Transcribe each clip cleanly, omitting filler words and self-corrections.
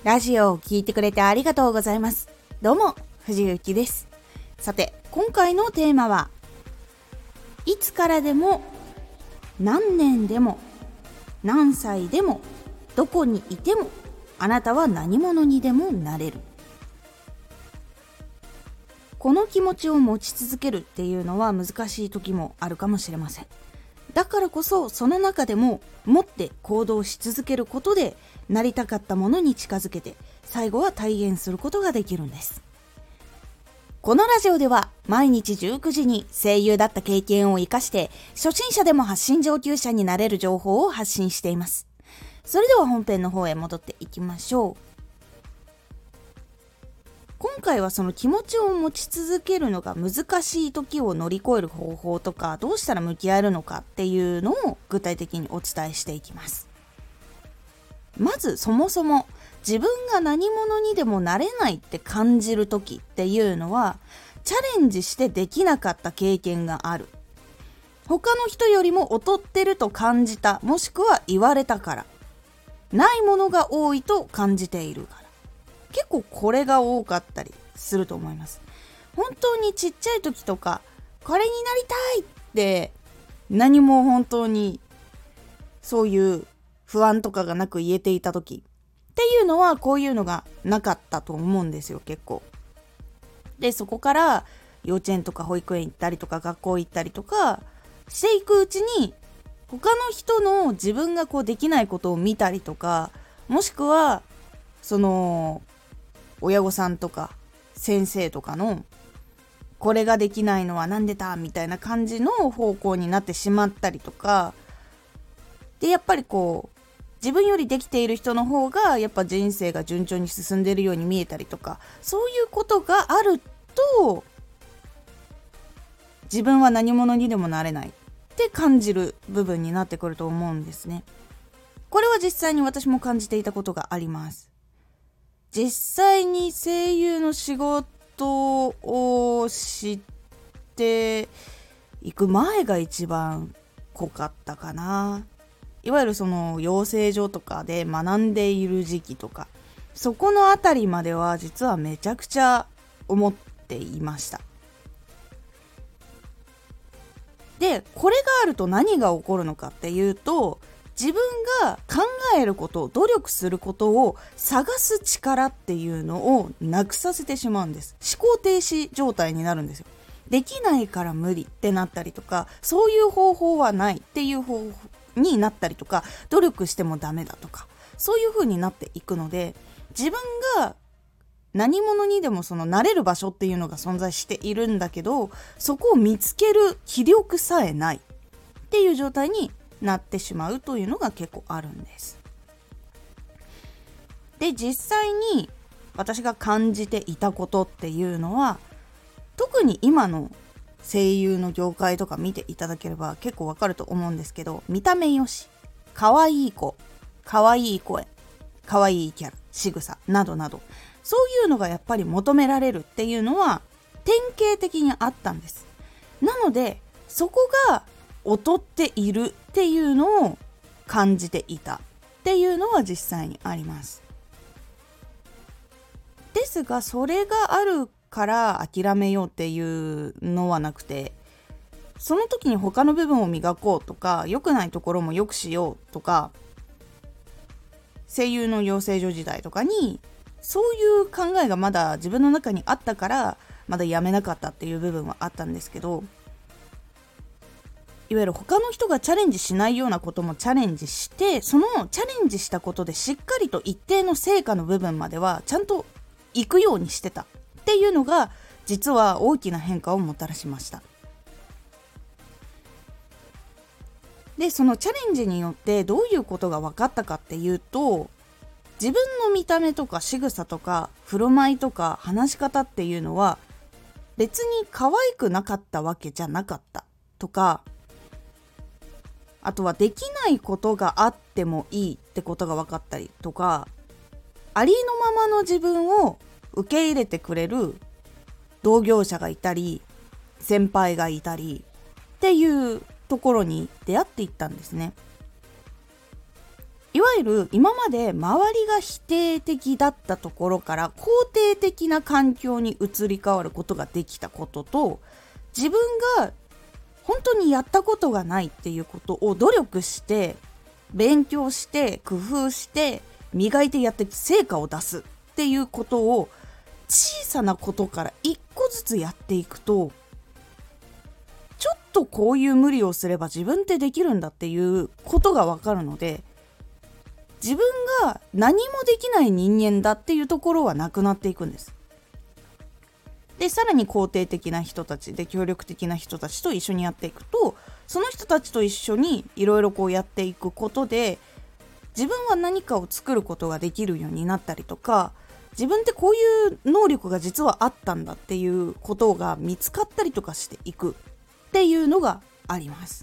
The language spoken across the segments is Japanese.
ラジオを聞いてくれてありがとうございます。どうも、藤幸です。さて、今回のテーマは、いつからでも、何年でも、何歳でも、どこにいても、あなたは何者にでもなれる。この気持ちを持ち続けるっていうのは難しい時もあるかもしれません。だからこそ、その中でも持って行動し続けることで、なりたかったものに近づけて、最後は体現することができるんです。このラジオでは毎日19時に声優だった経験を生かして初心者でも発信上級者になれる情報を発信しています。それでは本編の方へ戻っていきましょう。今回はその気持ちを持ち続けるのが難しい時を乗り越える方法とか、どうしたら向き合えるのかっていうのを具体的にお伝えしていきます。まずそもそも自分が何者にでもなれないって感じる時っていうのは、チャレンジしてできなかった経験がある、他の人よりも劣ってると感じた、もしくは言われたから、ないものが多いと感じているから、結構これが多かったりすると思います。本当にちっちゃい時とか、これになりたいって何も本当にそういう不安とかがなく言えていた時っていうのは、こういうのがなかったと思うんですよ、結構。で、そこから幼稚園とか保育園行ったりとか学校行ったりとかしていくうちに、他の人の自分がこうできないことを見たりとか、もしくはその親御さんとか先生とかのこれができないのはなんでだみたいな感じの方向になってしまったりとかで、やっぱりこう自分よりできている人の方がやっぱ人生が順調に進んでいるように見えたりとか、そういうことがあると、自分は何者にでもなれないって感じる部分になってくると思うんですね。これは実際に私も感じていたことがあります。実際に声優の仕事をしていく前が一番濃かったかな。いわゆるその養成所とかで学んでいる時期とか、そこのあたりまでは実はめちゃくちゃ思っていました。で、これがあると何が起こるのかっていうと、自分が考えること、努力することを探す力っていうのをなくさせてしまうんです。思考停止状態になるんですよ。できないから無理ってなったりとか、そういう方法はないっていう方法になったりとか、努力してもダメだとか、そういう風になっていくので、自分が何者にでもそのなれる場所っていうのが存在しているんだけど、そこを見つける気力さえないっていう状態になってしまうというのが結構あるんです。で、実際に私が感じていたことっていうのは、特に今の声優の業界とか見ていただければ結構わかると思うんですけど、見た目よし、可愛い子、可愛い声、可愛いキャラ、仕草などなど、そういうのがやっぱり求められるっていうのは典型的にあったんです。なので、そこが劣っているっていうのを感じていたっていうのは実際にあります。ですが、それがあるから諦めようっていうのはなくて、その時に他の部分を磨こうとか、良くないところも良くしようとか、声優の養成所時代とかにそういう考えがまだ自分の中にあったから、まだやめなかったっていう部分はあったんですけど、いわゆる他の人がチャレンジしないようなこともチャレンジして、そのチャレンジしたことでしっかりと一定の成果の部分まではちゃんと行くようにしてたっていうのが、実は大きな変化をもたらしました。で、そのチャレンジによってどういうことが分かったかっていうと、自分の見た目とか仕草とか振る舞いとか話し方っていうのは別に可愛くなかったわけじゃなかったとか、あとはできないことがあってもいいってことが分かったりとか、ありのままの自分を受け入れてくれる同業者がいたり、先輩がいたりっていうところに出会っていったんですね。 いわゆる今まで周りが否定的だったところから肯定的な環境に移り変わることができたことと、自分が本当にやったことがないっていうことを努力して勉強して工夫して磨いてやって成果を出すっていうことを小さなことから一個ずつやっていくと、ちょっとこういう無理をすれば自分ってできるんだっていうことがわかるので、自分が何もできない人間だっていうところはなくなっていくんです。で、さらに肯定的な人たちで協力的な人たちと一緒にやっていくと、その人たちと一緒にいろいろやっていくことで、自分は何かを作ることができるようになったりとか、自分ってこういう能力が実はあったんだっていうことが見つかったりとかしていくっていうのがあります。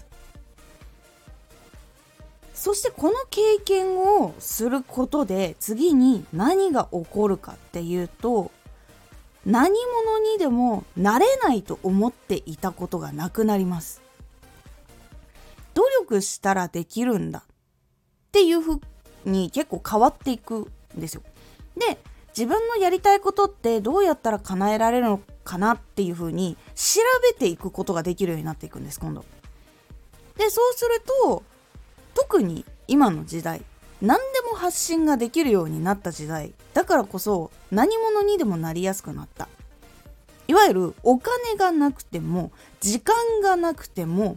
そしてこの経験をすることで次に何が起こるかっていうと、何者にでもなれないと思っていたことがなくなります。努力したらできるんだっていうふうに結構変わっていくんですよ。で、自分のやりたいことってどうやったら叶えられるのかなっていうふうに調べていくことができるようになっていくんです、今度。で、そうすると特に今の時代、何でも発信ができるようになった時代だからこそ何者にでもなりやすくなった。いわゆるお金がなくても時間がなくても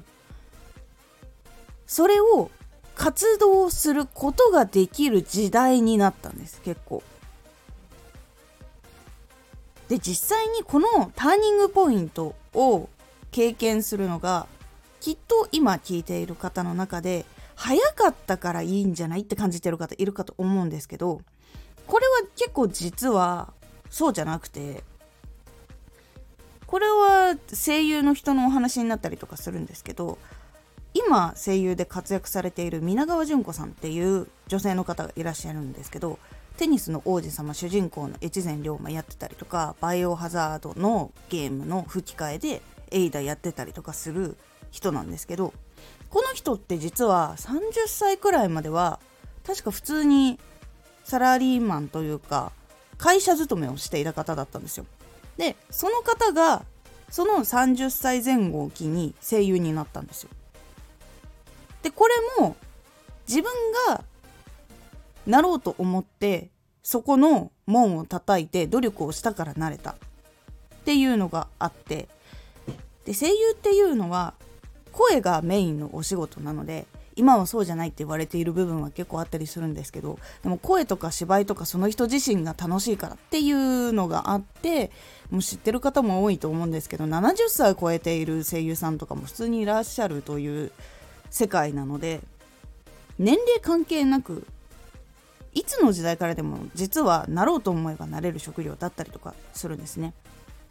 それを活動することができる時代になったんです、結構。で、実際にこのターニングポイントを経験するのがきっと今聞いている方の中で早かったからいいんじゃないって感じてる方いるかと思うんですけど、これは結構実はそうじゃなくて、これは声優の人のお話になったりとかするんですけど、今声優で活躍されている皆川淳子さんっていう女性の方がいらっしゃるんですけど、テニスの王子様主人公の越前龍馬やってたりとか、バイオハザードのゲームの吹き替えでエイダやってたりとかする人なんですけど、この人って実は30歳くらいまでは確か普通にサラリーマンというか会社勤めをしていた方だったんですよ。で、その方がその30歳前後を機に声優になったんですよ。で、これも自分がなろうと思ってそこの門を叩いて努力をしたからなれたっていうのがあって、で、声優っていうのは声がメインのお仕事なので、今はそうじゃないって言われている部分は結構あったりするんですけど、でも声とか芝居とかその人自身が楽しいからっていうのがあって、もう知ってる方も多いと思うんですけど、70歳超えている声優さんとかも普通にいらっしゃるという世界なので、年齢関係なくいつの時代からでも実はなろうと思えばなれる職業だったりとかするんですね。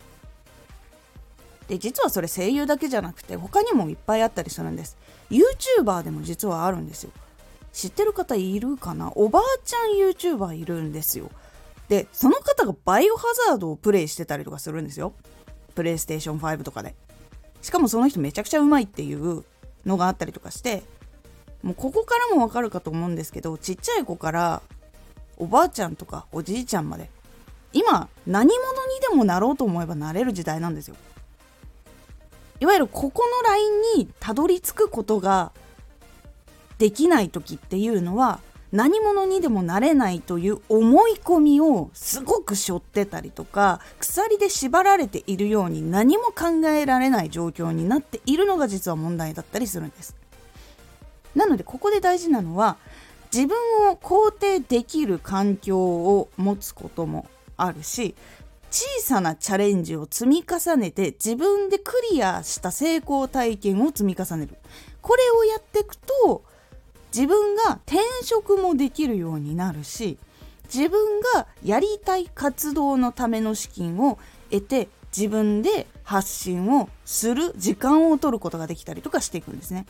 で、実はそれ声優だけじゃなくて他にもいっぱいあったりするんです。 YouTuber でも実はあるんですよ。知ってる方いるかな。おばあちゃん YouTuber いるんですよ。で、その方がバイオハザードをプレイしてたりとかするんですよ、プレイステーション5とかで。しかもその人めちゃくちゃうまいっていうのがあったりとかして、もうここからもわかるかと思うんですけど、ちっちゃい子からおばあちゃんとかおじいちゃんまで今何者にでもなろうと思えばなれる時代なんですよ。いわゆるここのラインにたどり着くことができない時っていうのは、何者にでもなれないという思い込みをすごく背負ってたりとか、鎖で縛られているように何も考えられない状況になっているのが実は問題だったりするんです。なのでここで大事なのは、自分を肯定できる環境を持つこともあるし、小さなチャレンジを積み重ねて自分でクリアした成功体験を積み重ねる。これをやっていくと自分が転職もできるようになるし、自分がやりたい活動のための資金を得て自分で発信をする時間を取ることができたりとかしていくんですね。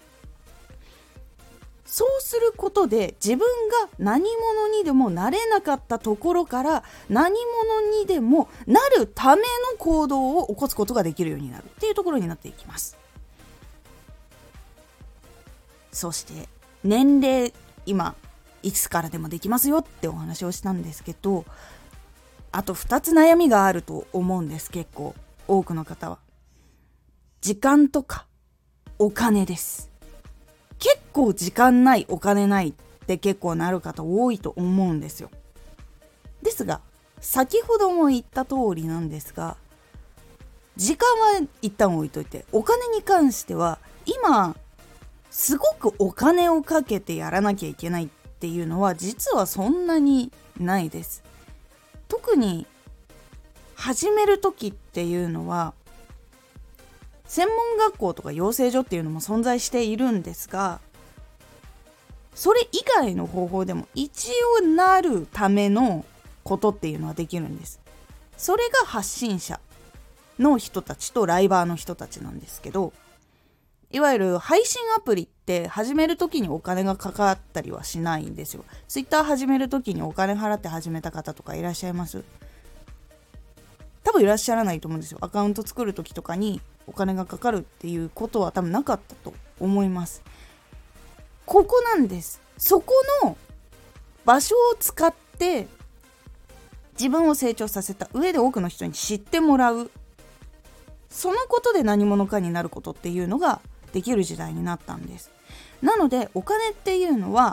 そうすることで自分が何者にでもなれなかったところから何者にでもなるための行動を起こすことができるようになるっていうところになっていきます。そして年齢、今いつからでもできますよってお話をしたんですけど、あと2つ悩みがあると思うんです。結構多くの方は時間とかお金です。結構時間ないお金ないって結構なる方多いと思うんですよ。ですが先ほども言った通りなんですが、時間は一旦置いといて、お金に関しては今すごくお金をかけてやらなきゃいけないっていうのは実はそんなにないです。特に始める時っていうのは専門学校とか養成所っていうのも存在しているんですが、それ以外の方法でも一応なるためのことっていうのはできるんです。それが発信者の人たちとライバーの人たちなんですけど、いわゆる配信アプリって始める時にお金がかかったりはしないんですよ。ツイッター始める時にお金払って始めた方とかいらっしゃいます？多分いらっしゃらないと思うんですよ。アカウント作る時とかにお金がかかるっていうことは多分なかったと思います。ここなんです。そこの場所を使って自分を成長させた上で多くの人に知ってもらう、そのことで何者かになることっていうのができる時代になったんです。なのでお金っていうのは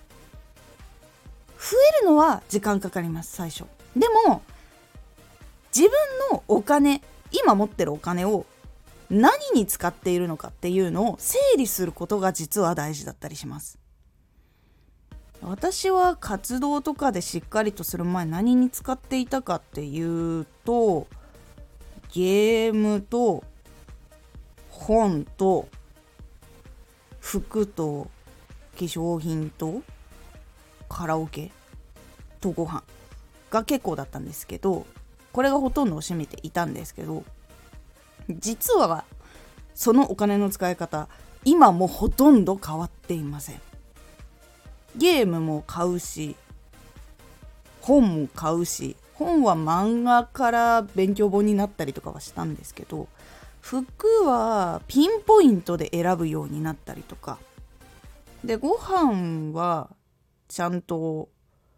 増えるのは時間かかります。最初でも自分のお金、今持ってるお金を何に使っているのかっていうのを整理することが実は大事だったりします。私は活動とかでしっかりとする前何に使っていたかっていうと、ゲームと本と服と化粧品とカラオケとご飯が結構だったんですけど、これがほとんどを占めていたんですけど、実はそのお金の使い方今もほとんど変わっていません。ゲームも買うし本も買うし、本は漫画から勉強本になったりとかはしたんですけど、服はピンポイントで選ぶようになったりとかで、ご飯はちゃんと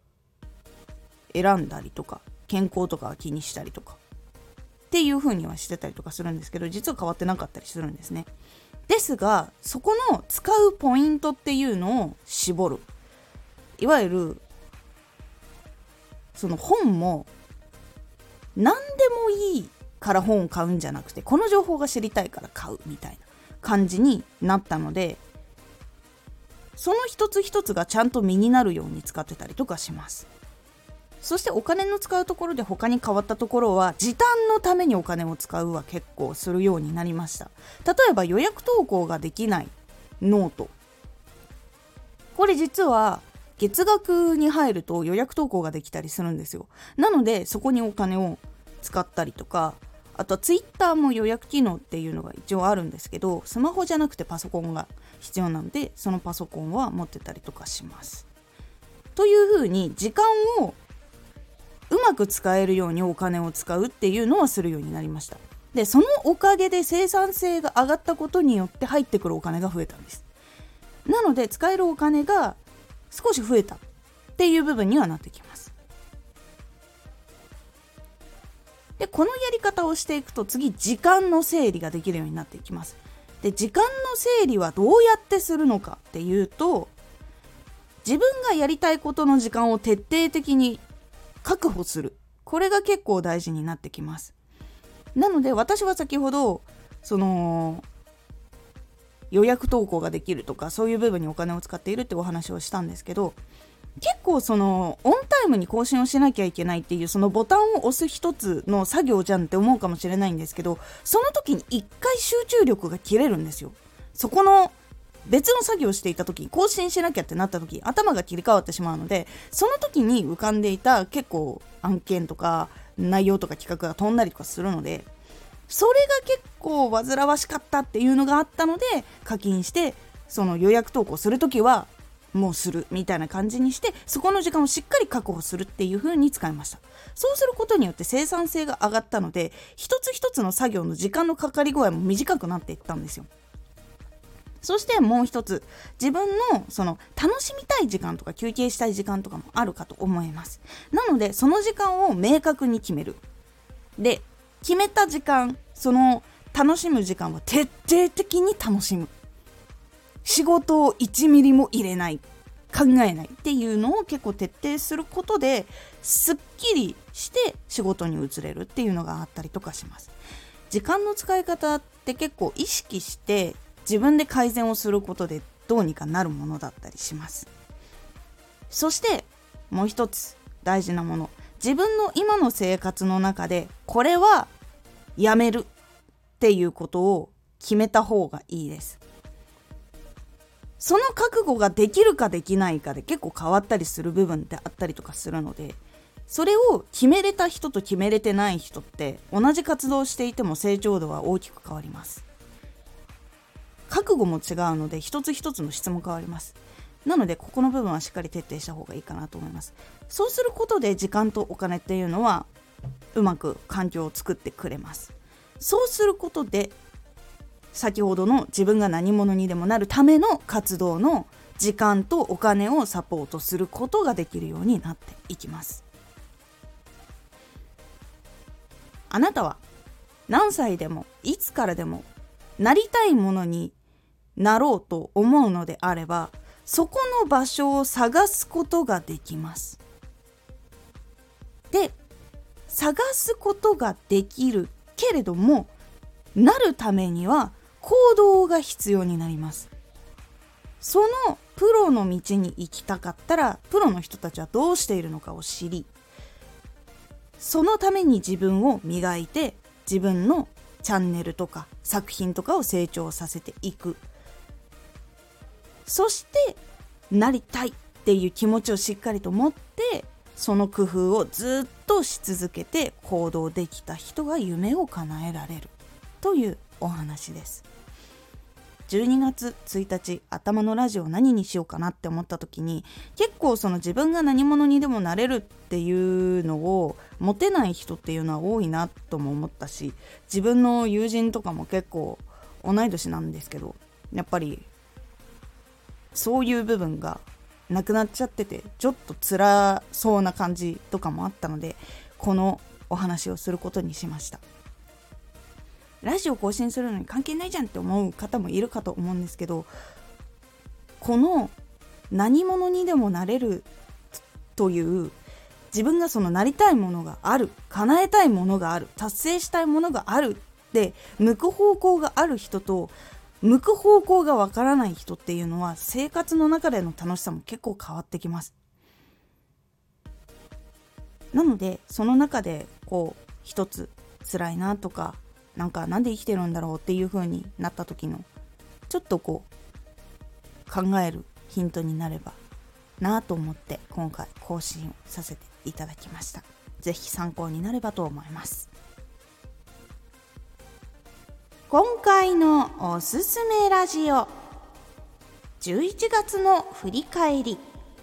選んだりとか、健康とかは気にしたりとかっていう風にはしてたりとかするんですけど、実は変わってなかったりするんですね。ですがそこの使うポイントっていうのを絞る。いわゆるその本も何でもいいから本を買うんじゃなくて、この情報が知りたいから買うみたいな感じになったので、その一つ一つがちゃんと身になるように使ってたりとかします。そしてお金の使うところで他に変わったところは、時短のためにお金を使うは結構するようになりました。例えば予約投稿ができないノート、これ実は月額に入ると予約投稿ができたりするんですよ。なのでそこにお金を使ったりとか、あとはツイッターも予約機能っていうのが一応あるんですけど、スマホじゃなくてパソコンが必要なので、そのパソコンは持ってたりとかします。というふうに時間をうまく使えるようにお金を使うっていうのはするようになりました。でそのおかげで生産性が上がったことによって入ってくるお金が増えたんです。なので使えるお金が少し増えたっていう部分にはなってきます。でこのやり方をしていくと、次時間の整理ができるようになっていきます。で時間の整理はどうやってするのかっていうと、自分がやりたいことの時間を徹底的に確保する、これが結構大事になってきます。なので私は先ほどその予約投稿ができるとかそういう部分にお金を使っているってお話をしたんですけど、結構そのオンタイムに更新をしなきゃいけないっていうそのボタンを押す一つの作業じゃんって思うかもしれないんですけど、その時に一回集中力が切れるんですよ。そこの別の作業をしていた時に更新しなきゃってなった時、頭が切り替わってしまうので、その時に浮かんでいた結構案件とか内容とか企画が飛んだりとかするので、それが結構煩わしかったっていうのがあったので、課金してその予約投稿するときはもうするみたいな感じにして、そこの時間をしっかり確保するっていう風に使いました。そうすることによって生産性が上がったので、一つ一つの作業の時間のかかり具合も短くなっていったんですよ。 そしてもう一つ、自分のその楽しみたい時間とか休憩したい時間とかもあるかと思います。なのでその時間を明確に決める。で、決めた時間、その楽しむ時間は徹底的に楽しむ。仕事を1ミリも入れない、考えないっていうのを結構徹底することですっきりして仕事に移れるっていうのがあったりとかします。時間の使い方って結構意識して自分で改善をすることでどうにかなるものだったりします。そしてもう一つ大事なもの、自分の今の生活の中でこれはやめるっていうことを決めた方がいいです。その覚悟ができるかできないかで結構変わったりする部分ってあったりとかするので、それを決めれた人と決めれてない人って同じ活動をしていても成長度は大きく変わります。覚悟も違うので一つ一つの質も変わります。なのでここの部分はしっかり徹底した方がいいかなと思います。そうすることで時間とお金っていうのはうまく環境を作ってくれます。そうすることで先ほどの自分が何者にでもなるための活動の時間とお金をサポートすることができるようになっていきます。あなたは何歳でもいつからでもなりたいものになろうと思うのであれば、そこの場所を探すことができます。で、探すことができるけれども、なるためには行動が必要になります。そのプロの道に行きたかったら、プロの人たちはどうしているのかを知り、そのために自分を磨いて、自分のチャンネルとか作品とかを成長させていく。そしてなりたいっていう気持ちをしっかりと持って、その工夫をずっとし続けて行動できた人が夢を叶えられるというお話です。12月1日頭のラジオ何にしようかなって思った時に、結構その自分が何者にでもなれるっていうのを持てない人っていうのは多いなとも思ったし、自分の友人とかも結構同い年なんですけど、やっぱりそういう部分がなくなっちゃっててちょっと辛そうな感じとかもあったので、このお話をすることにしました。ラジオ更新するのに関係ないじゃんって思う方もいるかと思うんですけど、この何者にでもなれるという自分がそのなりたいものがある、叶えたいものがある、達成したいものがあるって向く方向がある人と向く方向がわからない人っていうのは、生活の中での楽しさも結構変わってきます。なのでその中でこう一つ辛いなとか、なんで生きてるんだろうっていう風になった時のちょっとこう考えるヒントになればなと思って今回更新をさせていただきました。ぜひ参考になればと思います。今回のおすすめラジオ、11月の振り返り。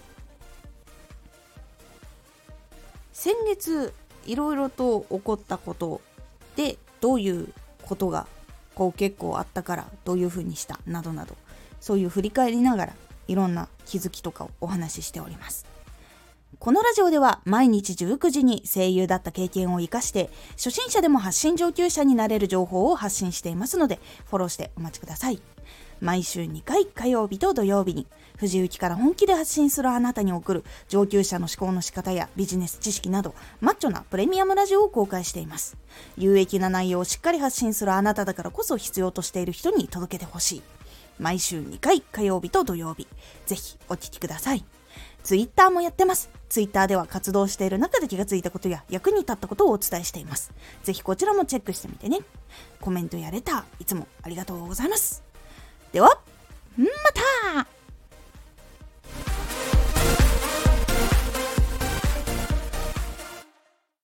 先月いろいろと起こったことで、どういうことがこう結構あったからどういう風にしたなどなど、そういう振り返りながらいろんな気づきとかをお話ししております。このラジオでは毎日19時に声優だった経験を生かして初心者でも発信上級者になれる情報を発信していますので、フォローしてお待ちください。毎週2回、火曜日と土曜日に藤雪から本気で発信するあなたに送る上級者の思考の仕方やビジネス知識などマッチョなプレミアムラジオを公開しています。有益な内容をしっかり発信するあなただからこそ必要としている人に届けてほしい。毎週2回、火曜日と土曜日、ぜひお聞きください。ツイッターもやってます。ツイッターでは活動している中で気がついたことや役に立ったことをお伝えしています。ぜひこちらもチェックしてみてね。コメントやレターいつもありがとうございます。ではまた。